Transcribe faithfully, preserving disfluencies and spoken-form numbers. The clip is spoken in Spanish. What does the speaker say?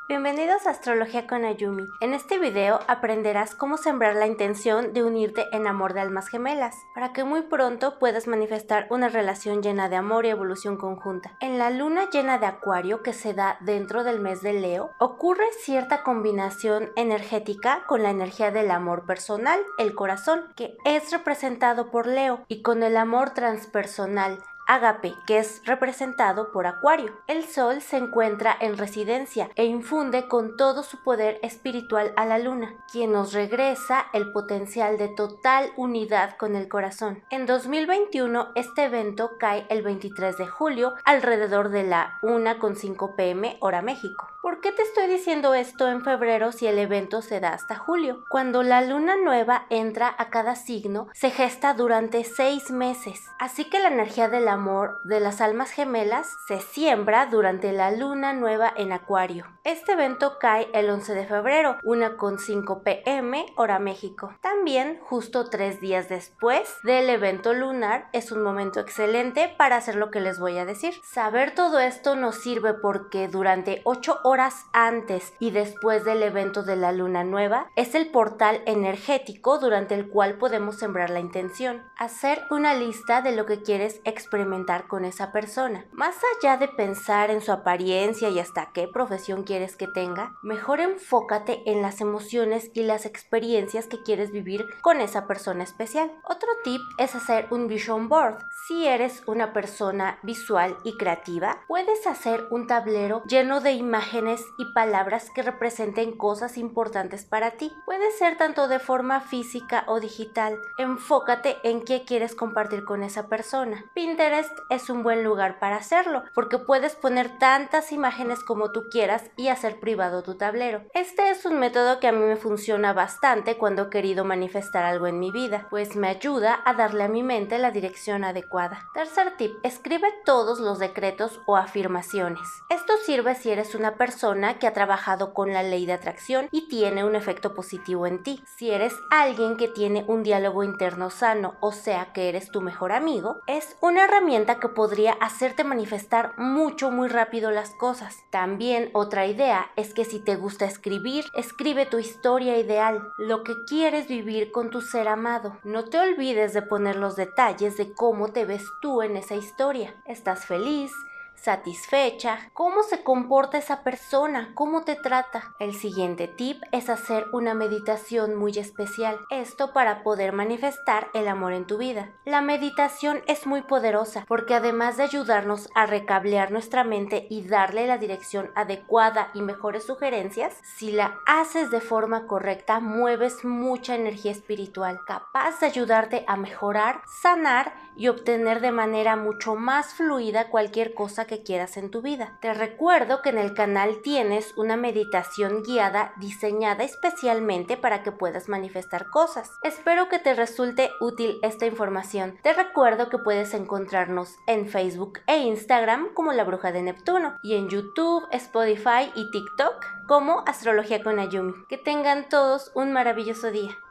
Bienvenidos a Astrología con Ayumi. En este video aprenderás cómo sembrar la intención de unirte en amor de almas gemelas, para que muy pronto puedas manifestar una relación llena de amor y evolución conjunta. En la luna llena de Acuario, que se da dentro del mes de Leo, ocurre cierta combinación energética con la energía del amor personal, el corazón, que es representado por Leo, y con el amor transpersonal, Ágape, que es representado por Acuario. El Sol se encuentra en residencia e infunde con todo su poder espiritual a la Luna, quien nos regresa el potencial de total unidad con el corazón. En dos mil veintiuno este evento cae el veintitrés de julio alrededor de la una con cinco p m hora México. ¿Por qué te estoy diciendo esto en febrero si el evento se da hasta julio? Cuando la luna nueva entra a cada signo, se gesta durante seis meses. Así que la energía del amor de las almas gemelas se siembra durante la luna nueva en Acuario. Este evento cae el once de febrero, una con cinco p m hora México. También, justo tres días después del evento lunar, es un momento excelente para hacer lo que les voy a decir. Saber todo esto nos sirve porque durante ocho horas horas antes y después del evento de la luna nueva es el portal energético durante el cual podemos sembrar la intención. Hacer una lista de lo que quieres experimentar con esa persona. Más allá de pensar en su apariencia y hasta qué profesión quieres que tenga, mejor enfócate en las emociones y las experiencias que quieres vivir con esa persona especial. Otro tip es hacer un vision board. Si eres una persona visual y creativa, puedes hacer un tablero lleno de imágenes y palabras que representen cosas importantes para ti. Puede ser tanto de forma física o digital. Enfócate en qué quieres compartir con esa persona. Pinterest es un buen lugar para hacerlo, porque puedes poner tantas imágenes como tú quieras y hacer privado tu tablero. Este es un método que a mí me funciona bastante cuando he querido manifestar algo en mi vida, pues me ayuda a darle a mi mente la dirección adecuada. Tercer tip: escribe todos los decretos o afirmaciones. Esto sirve si eres una persona persona que ha trabajado con la ley de atracción y tiene un efecto positivo en ti. Si eres alguien que tiene un diálogo interno sano, o sea que eres tu mejor amigo, es una herramienta que podría hacerte manifestar mucho muy rápido las cosas. También otra idea es que si te gusta escribir, escribe tu historia ideal, lo que quieres vivir con tu ser amado. No te olvides de poner los detalles de cómo te ves tú en esa historia. ¿Estás feliz? ¿Satisfecha? ¿Cómo se comporta esa persona? ¿Cómo te trata? El siguiente tip es hacer una meditación muy especial. Esto para poder manifestar el amor en tu vida. La meditación es muy poderosa porque además de ayudarnos a recablear nuestra mente y darle la dirección adecuada y mejores sugerencias, si la haces de forma correcta, mueves mucha energía espiritual, capaz de ayudarte a mejorar, sanar y obtener de manera mucho más fluida cualquier cosa que quieras en tu vida. Te recuerdo que en el canal tienes una meditación guiada diseñada especialmente para que puedas manifestar cosas. Espero que te resulte útil esta información. Te recuerdo que puedes encontrarnos en Facebook e Instagram como La Bruja de Neptuno y en YouTube, Spotify y TikTok como Astrología con Ayumi. Que tengan todos un maravilloso día.